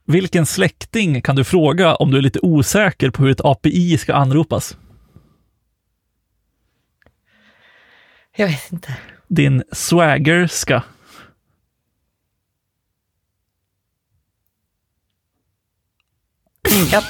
Vilken släkting kan du fråga om du är lite osäker på hur ett API ska anropas? Jag vet inte. Din swaggerska. Ja.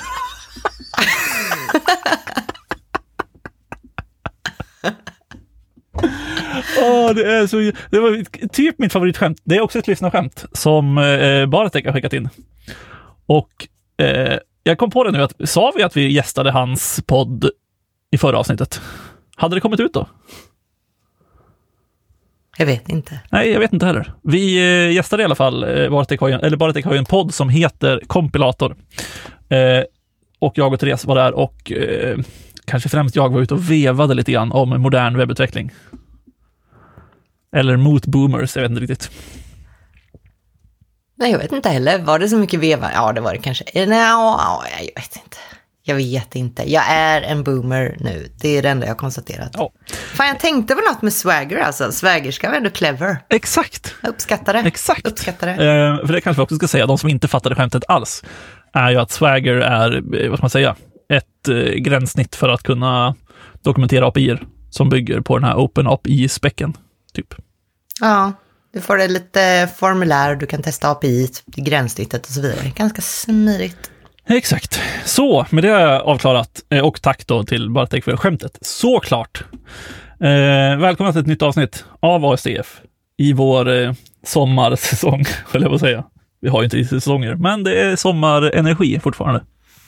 Det var typ mitt favoritskämt. Det är också ett lyssnarskämt som Bartek har skickat in. Och jag kom på det nu, att sa vi att vi gästade hans podd i förra avsnittet? Hade det kommit ut då? Jag vet inte. Nej, jag vet inte heller. Vi gästade i alla fall Bartek har ju en podd som heter Kompilator. Och jag och Therese var där och kanske främst jag var ute och vevade lite grann om modern webbutveckling. Eller mot boomers, jag vet inte riktigt. Nej, jag vet inte heller. Var det så mycket veva? Ja, det var det kanske. Nej, jag vet inte. Jag vet inte. Jag är en boomer nu. Det är det enda jag har konstaterat. Ja. Fan, jag tänkte på något med swagger alltså. Swaggerska var ändå clever. Exakt. Jag uppskattar det. Exakt. Uppskattar det. För det kanske vi också ska säga, de som inte fattade skämtet alls, är ju att swagger är, vad ska man säga, ett gränssnitt för att kunna dokumentera API-er som bygger på den här Open API-specken, typ. Ja, du får det lite formulär, du kan testa API, gränssnittet och så vidare. Ganska smidigt. Exakt. Så, med det avklarat, och tack då till Bartek för skämtet. Såklart. Välkomna till ett nytt avsnitt av ASTF i vår sommarsäsong, skulle jag säga. Vi har ju inte säsonger, men det är sommarenergi fortfarande.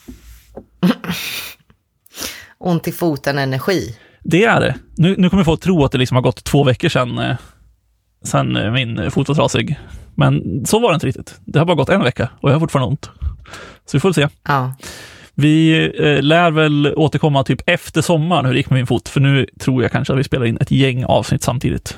Ont i foten energi. Det är det. Nu kommer jag få tro att det liksom har gått 2 veckor sedan min fot var trasig. Men så var det inte riktigt. Det har bara gått 1 vecka och jag har fortfarande ont. Så vi får se. Ja. Vi lär väl återkomma typ efter sommaren hur det gick med min fot. För nu tror jag kanske att vi spelar in ett gäng avsnitt samtidigt.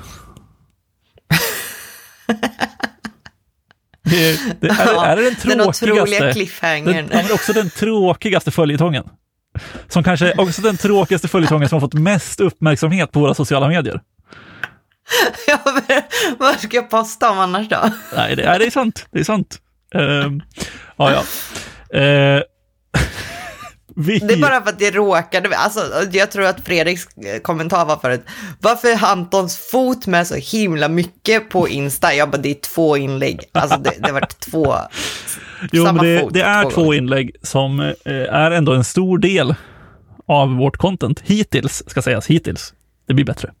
Är det den tråkigaste? Den otroliga cliffhangern. Men också den tråkigaste följetongen. Som kanske också den tråkigaste följetongen som har fått mest uppmärksamhet på våra sociala medier. Ja, vad ska jag posta om annars då? Nej, det är sant. Det är sant. Ja. Det är bara för att det råkade. Alltså, jag tror att Fredriks kommentar var förut. Varför är Antons fot med så himla mycket på Insta? Jag bara, det är 2 inlägg. Alltså det var 2. Jo, men det är 2 inlägg som är ändå en stor del av vårt content. Hittills, ska sägas. Hittills. Det blir bättre.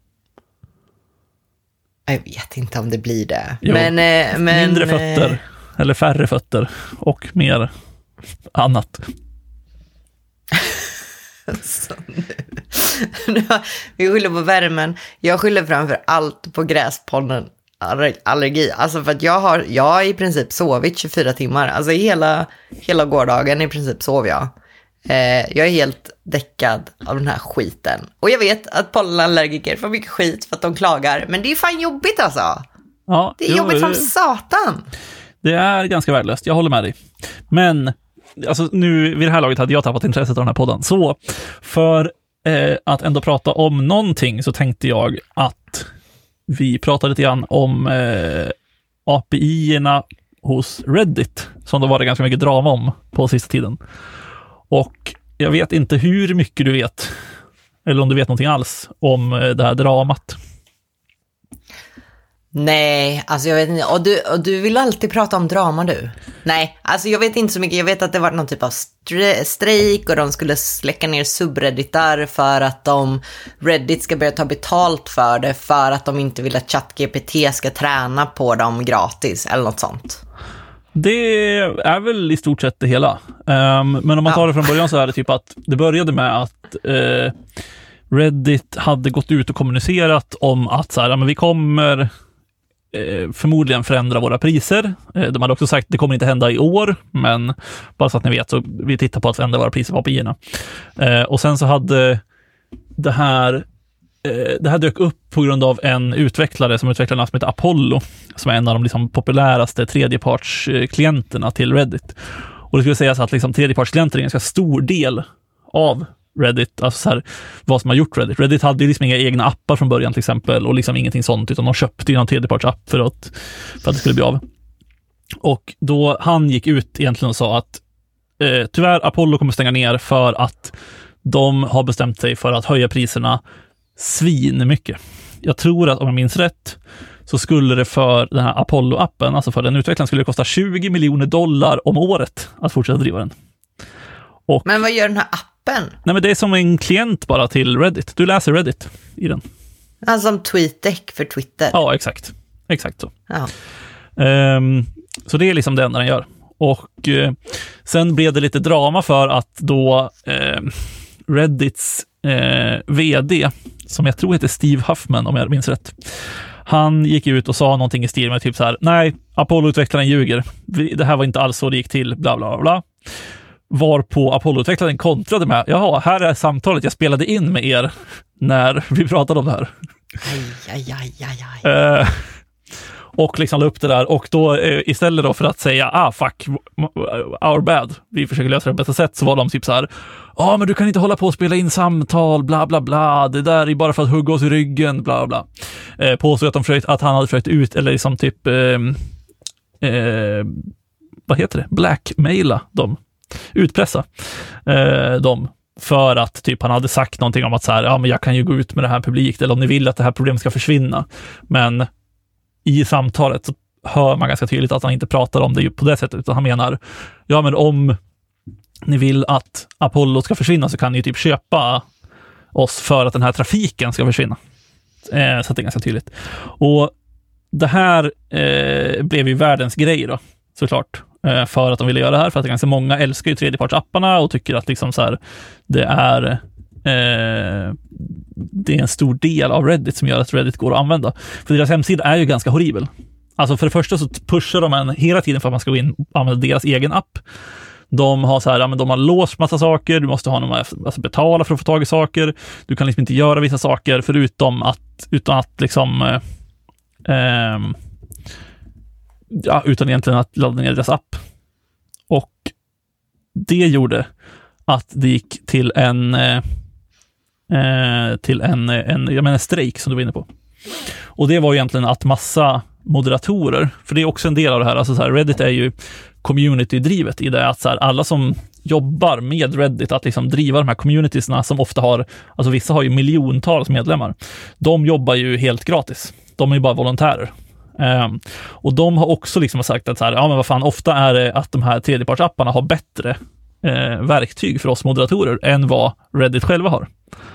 Jag vet inte om det blir det. Jo, men mindre fötter. Eller färre fötter. Och mer annat. Vi skyller på värmen. Jag skyller framför allt på gräspodden allergi. Alltså för att jag har i princip sovit 24 timmar. Alltså hela gårdagen i princip sov jag. Jag är helt däckad av den här skiten. Och jag vet att pollenallergiker får mycket skit för att de klagar. Men det är fan jobbigt alltså. Ja, det är jobbigt som satan. Det är ganska värdelöst, jag håller med dig. Men alltså, nu vid det här laget hade jag tappat intresset av den här podden. Så för att ändå prata om någonting så tänkte jag att vi pratade lite grann om API-erna hos Reddit, som det var det ganska mycket drama om på sista tiden. Och jag vet inte hur mycket du vet, eller om du vet någonting alls om det här dramat. Nej, alltså jag vet inte. Och du vill alltid prata om drama du. Nej, alltså jag vet inte så mycket. Jag vet att det var någon typ av strejk och de skulle släcka ner subredditar för att Reddit ska börja ta betalt för det, för att de inte vill att ChatGPT ska träna på dem gratis eller något sånt. Det är väl i stort sett det hela. Men om man tar det från början så är det typ att det började med att Reddit hade gått ut och kommunicerat om att så här, men vi kommer förmodligen förändra våra priser. De hade också sagt att det kommer inte hända i år, men bara så att ni vet så vi tittar på att förändra våra priser på API-erna. Och sen så hade det här dök upp på grund av en utvecklare som utvecklade något som heter Apollo, som är en av de liksom populäraste tredjepartsklienterna till Reddit. Och det skulle sägas att liksom tredjepartsklienter är en ganska stor del av Reddit, alltså så här, vad som har gjort Reddit. Reddit hade ju liksom inga egna appar från början till exempel, och liksom ingenting sånt, utan de köpte ju någon tredjepartsapp för att det skulle bli av. Och då han gick ut egentligen och sa att tyvärr Apollo kommer stänga ner för att de har bestämt sig för att höja priserna svin mycket. Jag tror att om jag minns rätt så skulle det för den här Apollo-appen, alltså för den utvecklaren, skulle det kosta $20 miljoner om året att fortsätta driva den. Men vad gör den här appen? Nej, men det är som en klient bara till Reddit. Du läser Reddit i den. Alltså som TweetDeck för Twitter? Ja, exakt. Exakt så. Ja. Så det är liksom det enda den gör. Och sen blev det lite drama för att då Reddits vd, som jag tror heter Steve Huffman om jag minns rätt, han gick ut och sa någonting i stil med typ så här: nej, Apollo-utvecklaren ljuger. Det här var inte alls så det gick till, bla bla bla. Varpå Apollo-utvecklaren kontrade med: jaha, här är samtalet jag spelade in med er när vi pratade om det här. Aj. Och liksom la upp det där, och då istället då för att säga fuck, our bad, vi försöker lösa det på bästa sätt, så var de typ så här: men du kan inte hålla på och spela in samtal, bla bla bla, det där är bara för att hugga oss i ryggen, bla bla. Påstod att han hade försökt ut, eller liksom typ vad heter det? Blackmaila dem. Utpressa dem. För att typ han hade sagt någonting om att så här, men jag kan ju gå ut med det här publikt, eller om ni vill att det här problemet ska försvinna. Men i samtalet så hör man ganska tydligt att han inte pratar om det på det sättet, utan han menar, men om ni vill att Apollo ska försvinna så kan ni ju typ köpa oss för att den här trafiken ska försvinna. Så att det är ganska tydligt. Och det här blev ju världens grej då, såklart. För att de ville göra det här, för att ganska många älskar ju tredjepartsapparna och tycker att liksom så här, det är en stor del av Reddit som gör att Reddit går att använda. För deras hemsida är ju ganska horribel. Alltså för det första så pushar de en hela tiden för att man ska gå in och använda deras egen app. De har så här, men de har låst massa saker, du måste ha alltså betala för att få tag i saker. Du kan liksom inte göra vissa saker utan att liksom utan egentligen att ladda ner deras app. Och det gjorde att det gick till en strejk som du var inne på. Och det var egentligen att massa moderatorer, för det är också en del av det här, alltså så här, Reddit är ju community-drivet i det att så här, alla som jobbar med Reddit att liksom driva de här communitiesna som ofta har, alltså vissa har ju miljontals medlemmar, de jobbar ju helt gratis. De är ju bara volontärer. Och de har också liksom sagt att så här, men vad fan, ofta är det att de här tredjepartsapparna har bättre verktyg för oss moderatorer än vad Reddit själva har.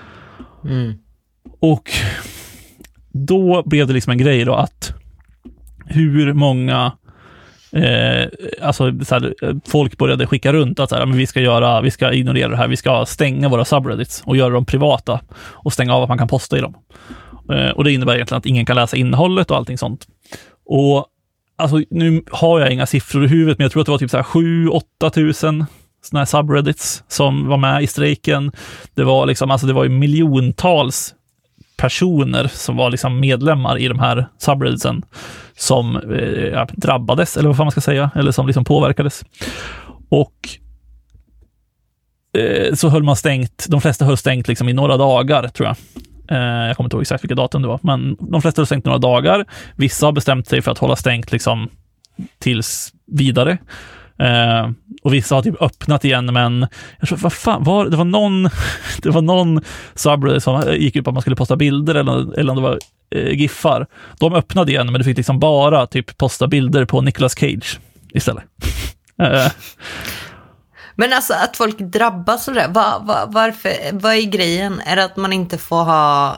Och då blev det liksom en grej då att hur många alltså så här, folk började skicka runt att så här, men vi ska ignorera det här, vi ska stänga våra subreddits och göra dem privata och stänga av att man kan posta i dem. Och det innebär egentligen att ingen kan läsa innehållet och allting sånt. Och alltså, nu har jag inga siffror i huvudet, men jag tror att det var typ så här 7-8 tusen såna här subreddits som var med i strejken. Det var liksom, alltså det var ju miljontals personer som var liksom medlemmar i de här subredditsen som drabbades, eller vad fan man ska säga, eller som liksom påverkades. Och så höll man stängt, de flesta höll stängt liksom i några dagar, tror jag. Jag kommer inte ihåg exakt vilka datum det var, men de flesta har stängt några dagar. Vissa har bestämt sig för att hålla stängt liksom tills vidare. Och vissa har typ öppnat igen, men jag tror, vad fan det var någon subreddit som gick ut på att man skulle posta bilder eller om det var giffar. De öppnade igen, men du fick liksom bara typ posta bilder på Nicolas Cage istället. Men alltså att folk drabbas av det, varför, vad är grejen? Är det att man inte får ha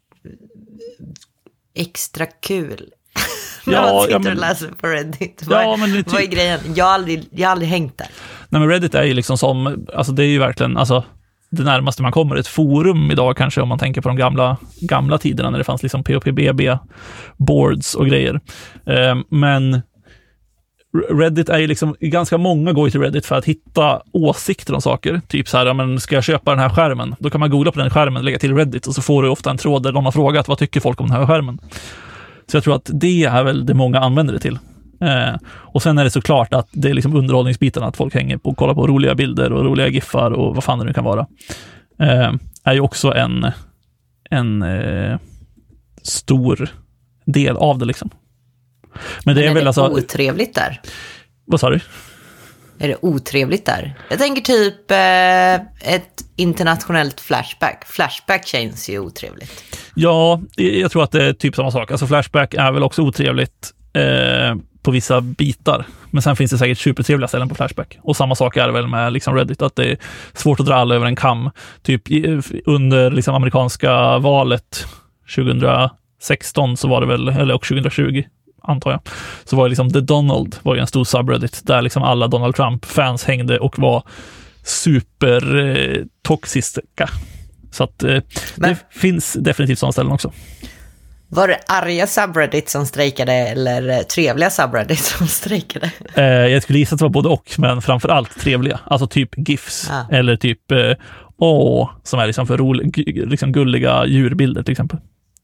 extra kul? När man sitter och läser på Reddit. Vad är grejen? Jag har aldrig hängt där. Nej, men Reddit är ju liksom som, alltså det är ju verkligen, alltså det närmaste man kommer ett forum idag kanske, om man tänker på de gamla tiderna när det fanns liksom POPBB boards och grejer. Men Reddit är ju liksom, ganska många går till Reddit för att hitta åsikter om saker. Typ så här, men ska jag köpa den här skärmen? Då kan man googla på den skärmen, lägga till Reddit, och så får du ofta en tråd där någon har frågat, vad tycker folk om den här skärmen? Så jag tror att det är väl det många använder det till. Och sen är det såklart att det är liksom underhållningsbiten, att folk hänger på och kollar på roliga bilder och roliga giffar och vad fan det nu kan vara. Är ju också en stor del av det liksom. Men det är väl alltså... otrevligt där? Vad sa du? Är det otrevligt där? Jag tänker typ ett internationellt Flashback. Flashback känns ju otrevligt. Ja, jag tror att det är typ samma sak. Alltså Flashback är väl också otrevligt på vissa bitar. Men sen finns det säkert supertrevliga ställen på Flashback. Och samma sak är det väl med liksom Reddit, att det är svårt att dra alla över en kam. Typ under liksom amerikanska valet 2016 så var det väl, eller och 2020 antar jag, så var det liksom The Donald var ju en stor subreddit där liksom alla Donald Trump-fans hängde och var super toxiska. Så att det finns definitivt sådana ställen också. Var det arga subreddit som strejkade eller trevliga subreddit som strejkade? Jag skulle gissa att det var både och, men framförallt trevliga. Alltså typ GIFs eller typ som är liksom för liksom gulliga djurbilder till exempel.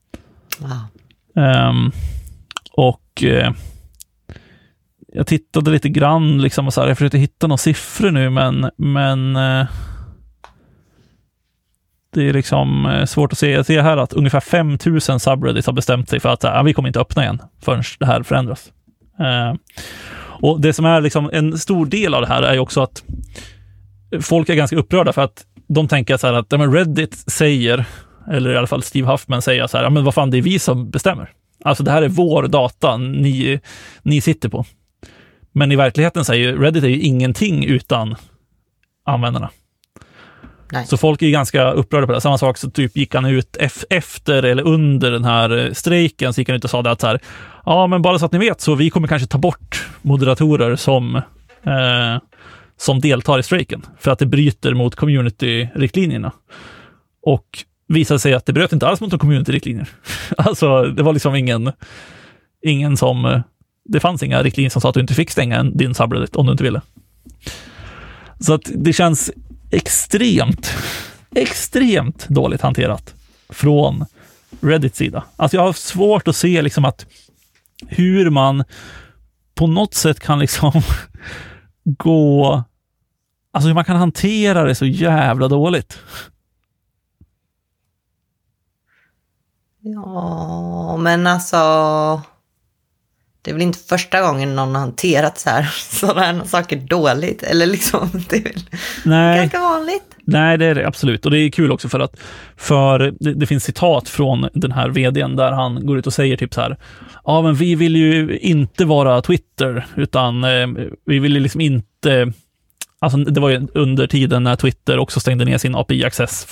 Och jag tittade lite grann liksom, och så här, jag försökte hitta några siffror nu, men det är liksom svårt att se. Jag ser här att ungefär 5000 subreddits har bestämt sig för att vi kommer inte öppna igen förrän det här förändras. Och det som är liksom en stor del av det här är ju också att folk är ganska upprörda för att de tänker så här att Reddit säger, eller i alla fall Steve Huffman säger så här, men vad fan, det är vi som bestämmer. Alltså det här är vår data ni sitter på. Men i verkligheten säger Reddit är ju ingenting utan användarna. Nej. Så folk är ganska upprörda på det. Samma sak, så typ gick han ut efter eller under den här strejken, så gick han ut och sa det att så här, ja men bara så att ni vet, så vi kommer kanske ta bort moderatorer som deltar i strejken för att det bryter mot community-riktlinjerna. Och visade sig att det bröt inte alls mot de community-riktlinjer. Alltså det var liksom ingen som, det fanns inga riktlinjer som sa att du inte fick stänga din subreddit om du inte ville. Så att det känns extremt dåligt hanterat från Reddits sida. Alltså jag har svårt att se liksom att hur man på något sätt kan liksom gå, alltså hur man kan hantera det så jävla dåligt. Ja, men alltså det är väl inte första gången någon har hanterat sådana saker dåligt. Eller liksom, det är väl ganska vanligt. Nej, det är det absolut. Och det är kul också för det finns citat från den här vdn där han går ut och säger typ så här: ja men vi vill ju inte vara Twitter, utan vi vill ju liksom inte, alltså det var ju under tiden när Twitter också stängde ner sin API-access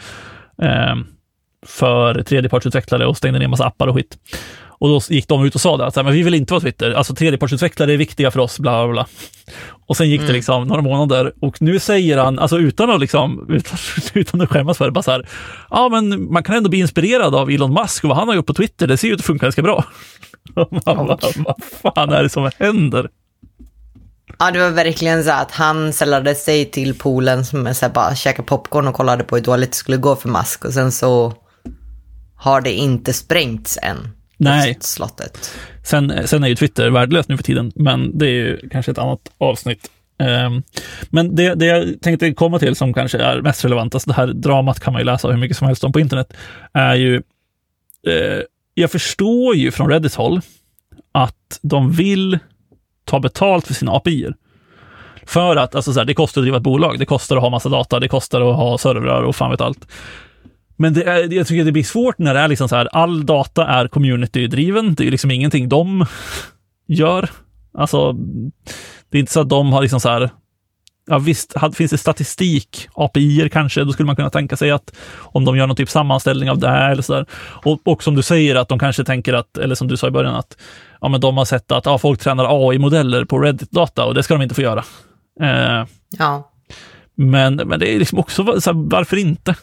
för tredjepartsutvecklare och stängde ner massa appar och skit. Och då gick de ut och sa det att men vi vill inte vara Twitter, alltså tredjepartsutvecklare är viktiga för oss, bla bla bla. Och sen gick det liksom några månader, och nu säger han, alltså utan att skämmas för det, bara så här: ja men man kan ändå bli inspirerad av Elon Musk och vad han har gjort på Twitter, det ser ju ut att funka ganska bra. Vad fan är det som händer? Ja, det var verkligen så att han sällade sig till poolen som så här, bara käkade popcorn och kollade på hur dåligt det skulle gå för Musk, och sen så har det inte sprängts än. Nej. Slottet. Sen är ju Twitter värdelöst nu för tiden, men det är ju kanske ett annat avsnitt. Men det jag tänkte komma till som kanske är mest relevant, alltså det här dramat kan man ju läsa hur mycket som helst om på internet, är ju jag förstår ju från Reddits håll att de vill ta betalt för sina API:er. För att alltså så här, det kostar att driva ett bolag, det kostar att ha massa data, det kostar att ha servrar och fan vet allt. Men jag tycker det blir svårt när det är liksom så här, all data är community-driven. Det är liksom ingenting de gör. Alltså, det är inte så att de har liksom så här, ja visst, finns det statistik, API:er kanske, då skulle man kunna tänka sig att om de gör någon typ sammanställning av det här eller så där. Och som du säger, att de kanske tänker att, eller som du sa i början, att ja, men de har sett att folk tränar AI-modeller på Reddit-data och det ska de inte få göra. Ja. Men det är liksom också, så här, varför inte?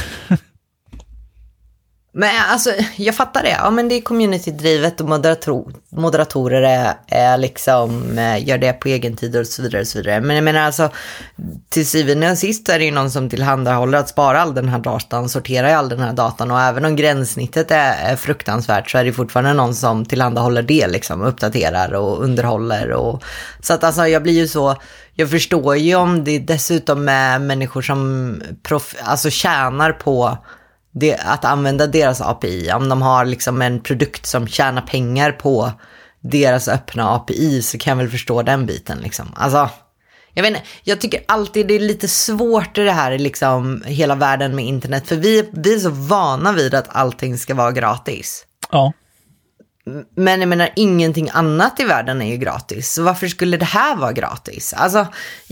Men alltså, jag fattar det. Ja, men det är community-drivet och moderatorer är liksom, gör det på egen tid och så vidare och så vidare. Men jag menar alltså, till syvende och sist är det ju någon som tillhandahåller att spara all den här datan, sortera all den här datan, och även om gränssnittet är fruktansvärt så är det fortfarande någon som tillhandahåller det liksom, uppdaterar och underhåller. Och så att alltså, jag blir ju så, jag förstår ju om det dessutom är människor som alltså tjänar på det, att använda deras API, om de har liksom en produkt som tjänar pengar på deras öppna API så kan jag väl förstå den biten liksom. Alltså, jag vet inte, jag tycker alltid det är lite svårt i det här liksom, hela världen med internet. För vi är så vana vid att allting ska vara gratis. Ja. Men jag menar, ingenting annat i världen är ju gratis. Så varför skulle det här vara gratis? Alltså,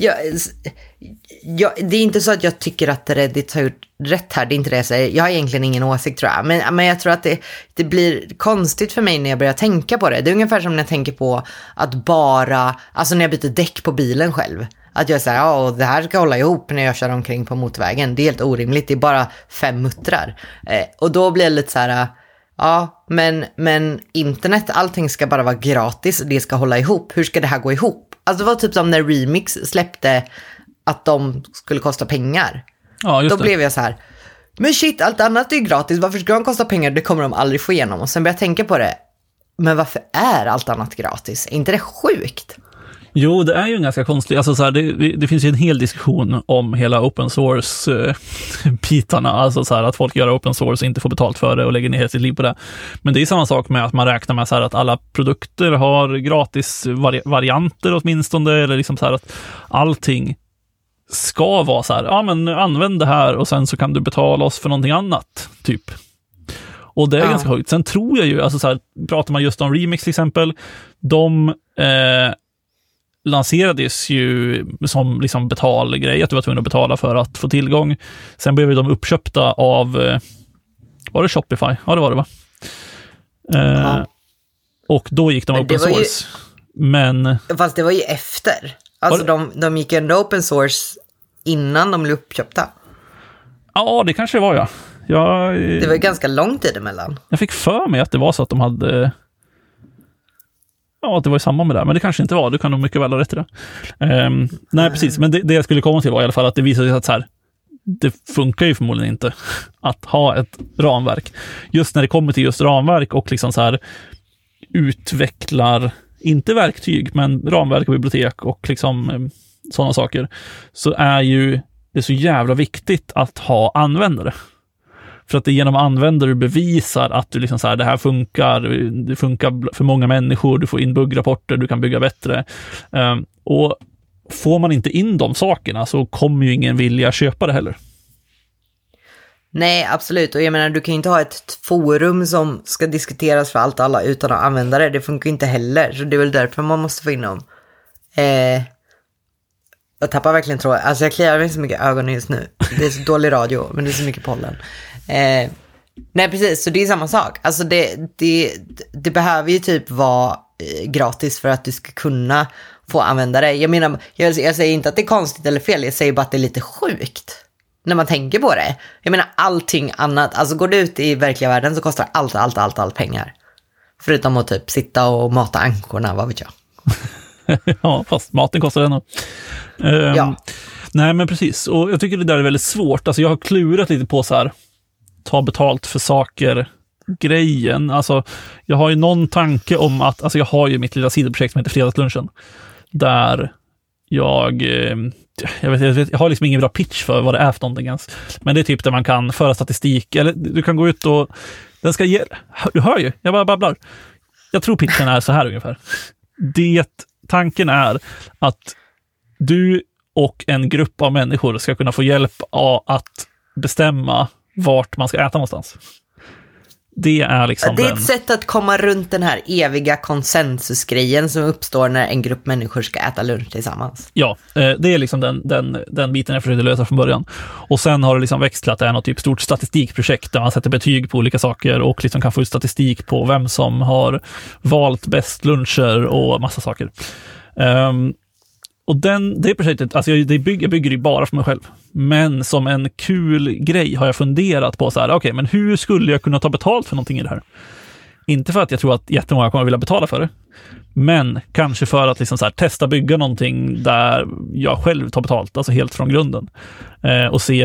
det är inte så att jag tycker att Reddit har gjort rätt här. Det är inte det jag säger. Jag har egentligen ingen åsikt, tror jag. Men jag tror att det blir konstigt för mig när jag börjar tänka på det. Det är ungefär som när jag tänker på att alltså när jag byter däck på bilen själv. Att jag säger, ja, det här ska hålla ihop när jag kör omkring på motorvägen. Det är helt orimligt. Det är bara 5 muttrar. Och då blir det lite så här... Ja, men internet, allting ska bara vara gratis och det ska hålla ihop. Hur ska det här gå ihop? Alltså det var typ som när Remix släppte att de skulle kosta pengar. Ja, just då det. blev jag så här, men shit, allt annat är gratis. Varför ska de kosta pengar? Det kommer de aldrig få igenom. Och sen började jag tänka på det. Men varför är allt annat gratis? Är inte det sjukt? Jo, det är ju en ganska konstig, alltså så här, det finns ju en hel diskussion om hela open source-bitarna, alltså så här att folk gör open source och inte får betalt för det och lägger ner hela sitt liv på det. Men det är samma sak med att man räknar med så här att alla produkter har gratis varianter åtminstone, eller liksom så här att allting ska vara så här, ja men använd det här och sen så kan du betala oss för någonting annat, typ. Och det är ganska högt. Sen tror jag ju, alltså så här, pratar man just om Remix till exempel, de lanserades ju som liksom betalgrej, att du var tvungen att betala för att få tillgång. Sen blev de uppköpta av var det Shopify? Ja, det var det, va? Och då gick de open source. Men fast det var ju efter. Alltså de gick ändå open source innan de blev uppköpta. Ja, det kanske det var, ja. Det var ganska lång tid emellan. Jag fick för mig att det var så att de hade... Ja, det var ju samma med det, men det kanske inte var. Du kan nog mycket väl ha rätt i det. Nej, precis. Men det jag skulle komma till var i alla fall att det visade sig att så här, det funkar ju förmodligen inte att ha ett ramverk. Just när det kommer till just ramverk och liksom så här utvecklar, inte verktyg, men ramverk och bibliotek och liksom sådana saker, så är ju det så jävla viktigt att ha användare. För att det genom användare du bevisar att du liksom så här, det funkar för många människor, du får in buggrapporter, du kan bygga bättre. Och får man inte in de sakerna så kommer ju ingen vilja köpa det heller. Nej, absolut. Och jag menar, du kan ju inte ha ett forum som ska diskuteras för allt och alla utan att använda det. Det funkar inte heller. Så det är väl därför man måste få in dem. Jag tappar verkligen tråd. Alltså jag kliar mig så mycket ögon just nu. Det är så dålig radio, men det är så mycket pollen. Nej, precis. Så det är samma sak. Alltså det behöver ju typ vara gratis för att du ska kunna få använda det. Jag menar, jag säger inte att det är konstigt eller fel. Jag säger bara att det är lite sjukt när man tänker på det. Jag menar, allting annat. Alltså går du ut i verkliga världen så kostar allt pengar. Förutom att typ sitta och mata ankorna, vad vet jag. Ja, fast maten kostar ändå. Ja. Nej, men precis. Och jag tycker det där är väldigt svårt. Alltså jag har klurat lite på så här, ta betalt för saker grejen. Alltså jag har ju någon tanke om att, alltså jag har ju mitt lilla sidoprojekt som heter Fredagslunchen, där jag har liksom ingen bra pitch för vad det är för någonting ens. Men det är typ där man kan föra statistik, eller du kan gå ut och den ska ge, du hör ju, jag bara babblar. Jag tror pitchen är så här ungefär. Tanken är att du och en grupp av människor ska kunna få hjälp av att bestämma vart man ska äta någonstans. Det är liksom det är ett sätt att komma runt den här eviga konsensusgrejen som uppstår när en grupp människor ska äta lunch tillsammans. Ja, det är liksom den biten jag försökte lösa från början. Och sen har det liksom växt till att det är något typ stort statistikprojekt där man sätter betyg på olika saker och liksom kan få ut statistik på vem som har valt bäst luncher och massa saker. Och det projektet, alltså jag bygger det bara för mig själv. Men som en kul grej har jag funderat på så här, okej, men hur skulle jag kunna ta betalt för någonting i det här? Inte för att jag tror att jättemånga kommer vilja betala för det, men kanske för att liksom så här, testa bygga någonting där jag själv tar betalt, alltså helt från grunden. Och se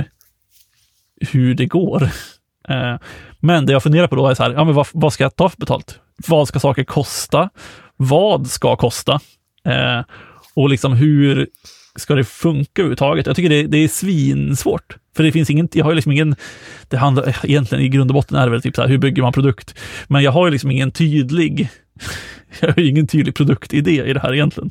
hur det går. Men det jag funderar på då är så här, ja, men vad ska jag ta för betalt? Vad ska saker kosta? Vad ska kosta? Och liksom hur ska det funka överhuvudtaget? Jag tycker det är svinsvårt. För det finns jag har ju liksom ingen, det handlar egentligen i grund och botten är det väl typ så här, hur bygger man produkt? Men jag har ju liksom ingen tydlig Jag har ju ingen tydlig produktidé i det här egentligen.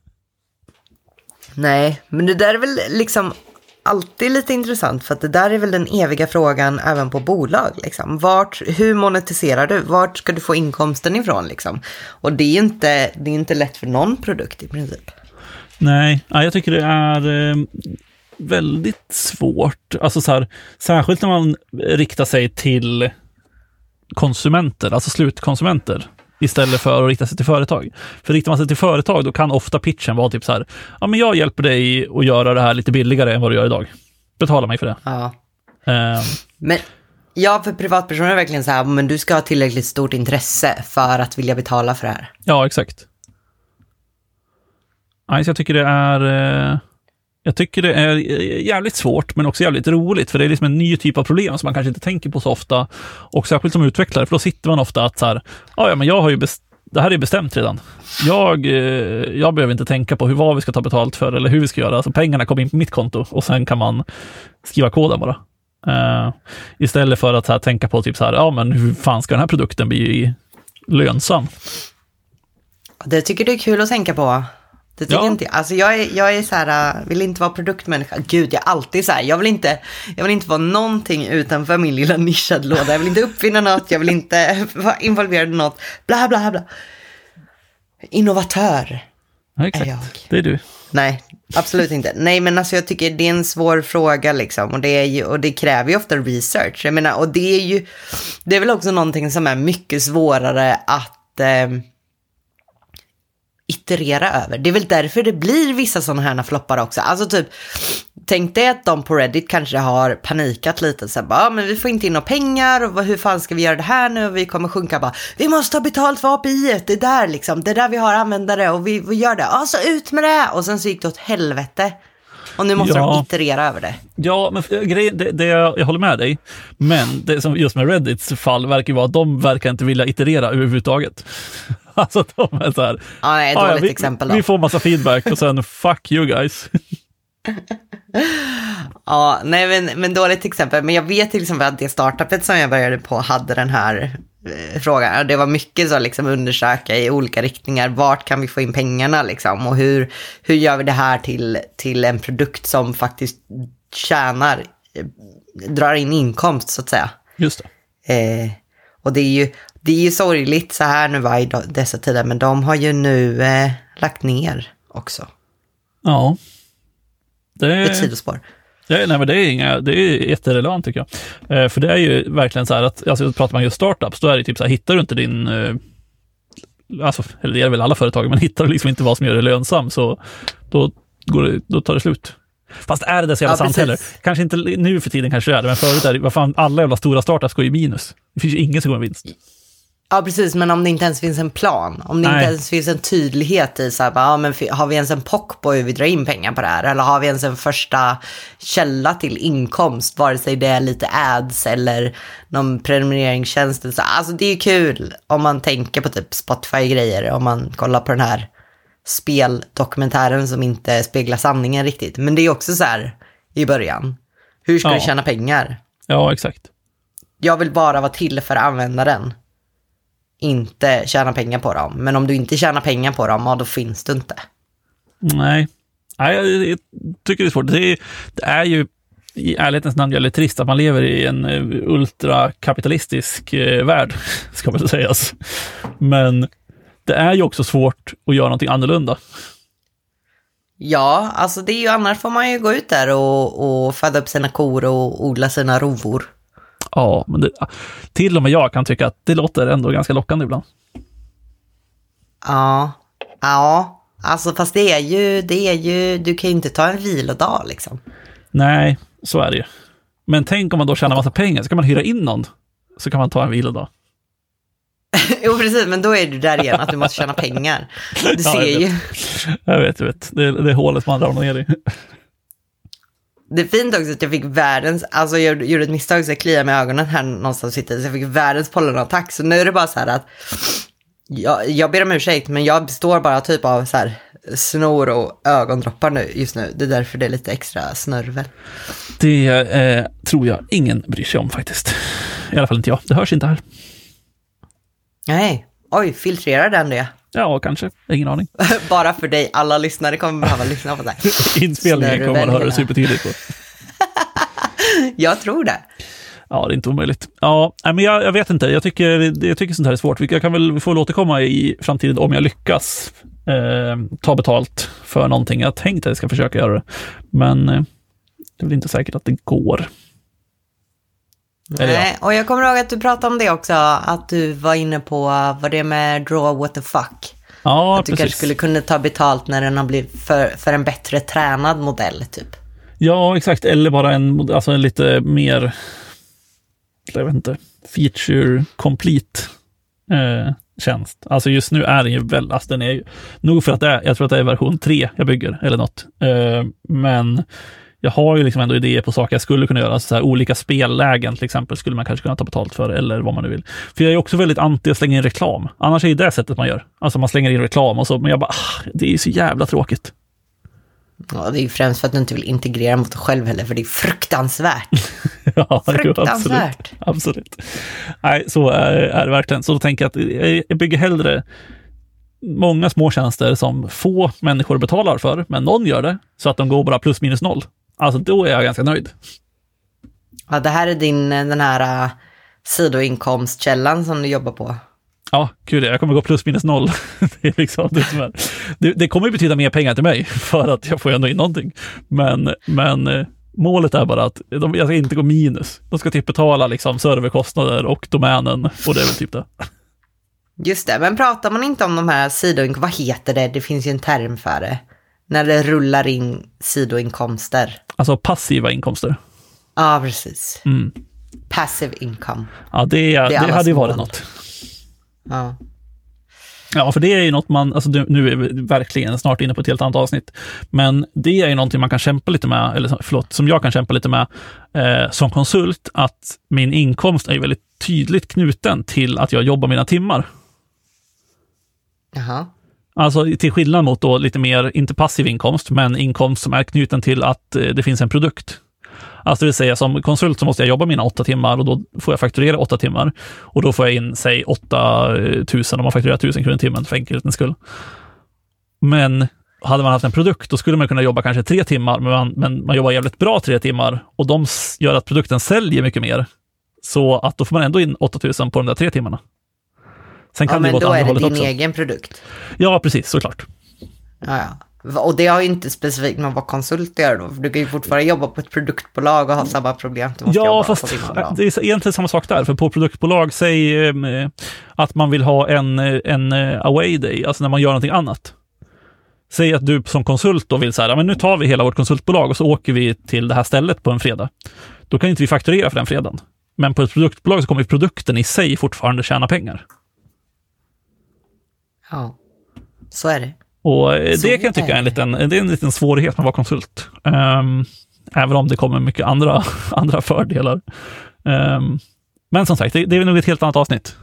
Nej, men det där är väl liksom alltid lite intressant, för att det där är väl den eviga frågan även på bolag. Liksom. Hur monetiserar du? Vart ska du få inkomsten ifrån? Liksom? Och det är inte lätt för någon produkt i princip. Nej, jag tycker det är väldigt svårt. Alltså så här, särskilt när man riktar sig till konsumenter, alltså slutkonsumenter, istället för att rikta sig till företag. För riktar man sig till företag, då kan ofta pitchen vara typ så här: ja, men jag hjälper dig att göra det här lite billigare än vad du gör idag. Betala mig för det. Ja. Men ja, för privatpersoner är det verkligen så här, men du ska ha tillräckligt stort intresse för att vilja betala för det här. Ja, exakt. Alltså, jag tycker det är jävligt svårt, men också jävligt roligt, för det är liksom en ny typ av problem som man kanske inte tänker på så ofta, och särskilt som utvecklare, för då sitter man ofta att så här, ja, men jag har ju det här är bestämt redan. Jag behöver inte tänka på vad vi ska ta betalt för eller hur vi ska göra. Alltså pengarna kommer in på mitt konto och sen kan man skriva koden bara. Istället för att så här, tänka på typ så här, ja, men hur fan ska den här produkten bli lönsam? Det tycker du är kul att tänka på. Det tycker inte jag. Alltså jag är så här, vill inte vara produktmänniska. Gud, jag är alltid så här. Jag vill inte vara någonting utanför min lilla nischad låda. Jag vill inte uppfinna något. Jag vill inte vara involverad i något. Bla, bla, bla. Innovatör. Ja, exakt. Är jag. Det är du. Nej, absolut inte. Nej, men alltså jag tycker det är en svår fråga liksom. Och det kräver ju ofta research. Jag menar, och det är väl också någonting som är mycket svårare att iterera över. Det är väl därför det blir vissa sådana här floppar också. Alltså typ, tänk dig att de på Reddit kanske har panikat lite. Så bara, men vi får inte in några pengar. Och hur fan ska vi göra det här nu? Och vi kommer sjunka bara, vi måste ha betalt för API. Det där liksom, det där vi har användare. Och vi gör det. Ja, så ut med det. Och sen så gick det åt helvete. Och nu måste de iterera över det. Ja, men jag håller med dig. Men det som just med Reddits fall verkar vara att de verkar inte vilja iterera överhuvudtaget. Alltså de är så här. Ja, nej, dåligt exempel då. Vi får massa feedback och sen fuck you guys. Ja, nej men dåligt exempel. Men jag vet till exempel att det startupet som jag började på hade den här frågan. Det var mycket så liksom undersöka i olika riktningar. Vart kan vi få in pengarna liksom? Och hur gör vi det här till en produkt som faktiskt drar in inkomst så att säga. Just det. Och det är ju sorgligt så här nu i dessa tider, men de har ju nu lagt ner också. Ja. Ett sidospår. Nej, men det är jätterelevant tycker jag. För det är ju verkligen så här att, alltså pratar man just startups, då är det typ så här, hittar du inte din, alltså, eller det är väl alla företag, men hittar du liksom inte vad som gör det lönsam, så då tar det slut. Fast är det så jävla sant heller? Kanske inte nu för tiden kanske det är det, men förut är det, vad fan, alla jävla stora startups går i minus. Det finns ju ingen som går med vinst. Ja, precis, men om det inte ens finns en plan, om det inte ens finns en tydlighet i så här, ja, men har vi ens en pock på hur vi drar in pengar på det här, eller har vi ens en första källa till inkomst, vare sig det är lite ads eller någon prenumreringstjänst. Alltså det är kul om man tänker på typ Spotify-grejer, om man kollar på den här speldokumentären som inte speglar sanningen riktigt, men det är också så här i början, hur ska du tjäna pengar? Ja, exakt. Jag vill bara vara till för användaren, inte tjäna pengar på dem. Men om du inte tjänar pengar på dem, då finns du inte. Nej, jag tycker det är svårt. Det är ju i ärlighetens namn väldigt trist att man lever i en ultrakapitalistisk värld, ska man sägas. Men det är ju också svårt att göra någonting annorlunda. Ja, alltså det är ju, annars får man ju gå ut där och föda upp sina kor och odla sina rovor. Ja, men till och med jag kan tycka att det låter ändå ganska lockande ibland. Ja, alltså fast det är ju, du kan ju inte ta en vilodag liksom. Nej, så är det ju. Men tänk om man då tjänar massa pengar, så kan man hyra in någon, så kan man ta en vilodag. Jo, precis, men då är du där igen, att du måste tjäna pengar. Du ser ju. Jag vet. Det är hålet man drar ner i. Det är fint också att jag fick alltså jag gjorde ett misstag så jag kliar med ögonen här någonstans sitter, så jag fick världens pollenattack. Så nu är det bara så här att jag ber om ursäkt, men jag består bara typ av så här snor och ögondroppar nu just nu. Det är därför det är lite extra snörvel. Det tror jag ingen bryr sig om faktiskt. I alla fall inte jag. Det hörs inte här. Nej, Oj, filtrerar den det? Ja, kanske. Ingen aning. Bara för dig. Alla lyssnare kommer behöva lyssna på det här. Inspelningen kommer man höra supertydligt på. Jag tror det. Ja, det är inte omöjligt. Ja, men jag vet inte. Jag tycker sånt här är svårt. Vi får återkomma i framtiden om jag lyckas ta betalt för någonting. Jag tänkte att jag ska försöka göra det. Men det är väl inte säkert att det går. Nej, och jag kommer ihåg att du pratade om det också. Att du var inne på vad det är med Draw What the Fuck. Ja, att du kanske skulle kunna ta betalt när den har blivit för en bättre tränad modell, typ. Ja, exakt. Eller bara en lite mer, jag vet inte, feature complete tjänst. Alltså just nu är den ju väl, alltså den är ju, nog för att jag tror att det är version 3 jag bygger eller något. Men jag har ju liksom ändå idéer på saker jag skulle kunna göra. Så här, olika spellägen till exempel skulle man kanske kunna ta betalt för, eller vad man nu vill. För jag är också väldigt anti att slänga in reklam. Annars är det det sättet man gör. Alltså man slänger in reklam och så, men jag bara, det är ju så jävla tråkigt. Ja, det är ju främst för att du inte vill integrera mot dig själv heller, för det är fruktansvärt. Ja, fruktansvärt. Absolut. Nej, så är det verkligen. Så då tänker jag att jag bygger hellre många små tjänster som få människor betalar för, men någon gör det, så att de går bara plus minus noll. Alltså då är jag ganska nöjd. Ja, det här är den här sidoinkomstkällan som du jobbar på. Ja, kul. Jag kommer gå plus minus noll. Det är liksom det som är. Det kommer ju betyda mer pengar till mig för att jag får ändå in någonting. Men målet är bara att jag ska inte gå minus. De ska typ betala liksom serverkostnader och domänen, och det är väl typ det. Just det, men pratar man inte om de här sidoinkomster, vad heter det? Det finns ju en term för det. När det rullar in sidoinkomster. Alltså passiva inkomster. Ja, precis. Mm. Passive income. Ja, det hade ju varit något. Ja. Ja, för det är ju något man, alltså nu är vi verkligen snart inne på ett helt annat avsnitt, men det är ju någonting man kan kämpa lite med, eller som jag kan kämpa lite med som konsult, att min inkomst är väldigt tydligt knuten till att jag jobbar mina timmar. Jaha. Alltså till skillnad mot då lite mer, inte passiv inkomst, men inkomst som är knuten till att det finns en produkt. Alltså det vill säga, som konsult så måste jag jobba mina 8 timmar och då får jag fakturera 8 timmar. Och då får jag in, säg 8 000 om man fakturerar 1000 kronor i timmen för enkelhetens skull. Men hade man haft en produkt, då skulle man kunna jobba kanske 3 timmar, men man jobbar jävligt bra 3 timmar och de gör att produkten säljer mycket mer. Så att då får man ändå in 8 000 på de där 3 timmarna. Sen kan men det då är det din också. Egen produkt. Ja, precis, såklart. Ja. Och det har ju inte specifikt med vad konsult gör då. För du kan ju fortfarande jobba på ett produktbolag och ha samma problem. Ja, fast det är egentligen samma sak där. För på produktbolag, säg att man vill ha en away day, alltså när man gör någonting annat. Säg att du som konsult då vill så här, men nu tar vi hela vårt konsultbolag och så åker vi till det här stället på en fredag. Då kan inte vi fakturera för den fredagen. Men på ett produktbolag så kommer produkten i sig fortfarande tjäna pengar. Ja, så är det. Och det kan jag tycka är en liten svårighet med att vara konsult. Även om det kommer mycket andra fördelar. Men som sagt, det är nog ett helt annat avsnitt.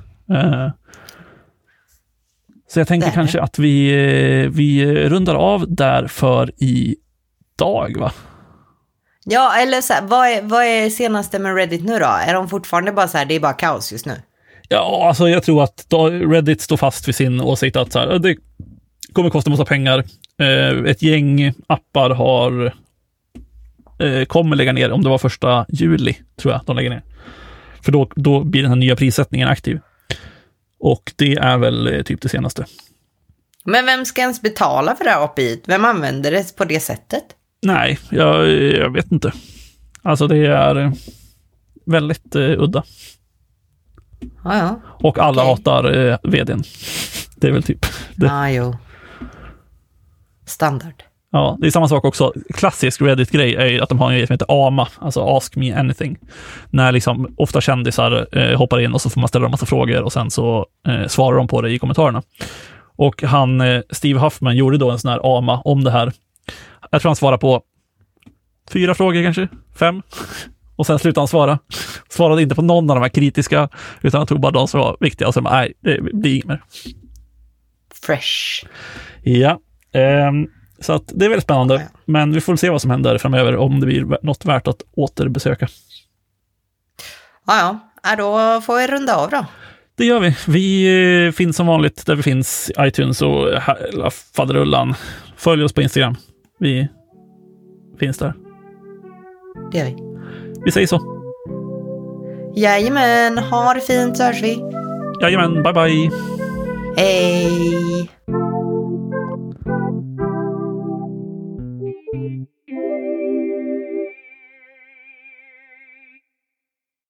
Så jag tänker kanske att vi rundar av där för idag, va? Ja, eller så här, vad är senaste med Reddit nu då? Är de fortfarande bara så här, det är bara kaos just nu? Ja, alltså jag tror att Reddit står fast vid sin åsikt att så här, det kommer kosta massa pengar. Ett gäng appar kommer lägga ner, om det var 1 juli tror jag de lägger ner. För då blir den här nya prissättningen aktiv. Och det är väl typ det senaste. Men vem ska ens betala för det här API? Vem använder det på det sättet? Nej, jag vet inte. Alltså det är väldigt udda. Ja. Och alla hatar vdn. Det är väl typ det. Jo. Standard. Ja, det är samma sak också. Klassisk Reddit-grej är ju att de har en grej som heter AMA, alltså Ask Me Anything. När liksom ofta kändisar hoppar in och så får man ställa en massa frågor och sen så svarar de på det i kommentarerna. Och Steve Huffman gjorde då en sån här AMA om det här. Jag tror han svarade på 4 frågor kanske, 5. Och sen slutade han svara. Svarade inte på någon av de här kritiska, utan han tog bara de som var viktiga och sen nej, det blir inget mer. Fresh. Ja, så att det är väldigt spännande. Ja. Men vi får se vad som händer framöver, om det blir något värt att återbesöka. Ja, då får vi runda av då. Det gör vi. Vi finns som vanligt där vi finns, iTunes och faderullan. Följ oss på Instagram. Vi finns där. Det gör vi. Vi säger så. Jajamän, ha det fint så hörs vi. Jajamän, bye bye. Hej!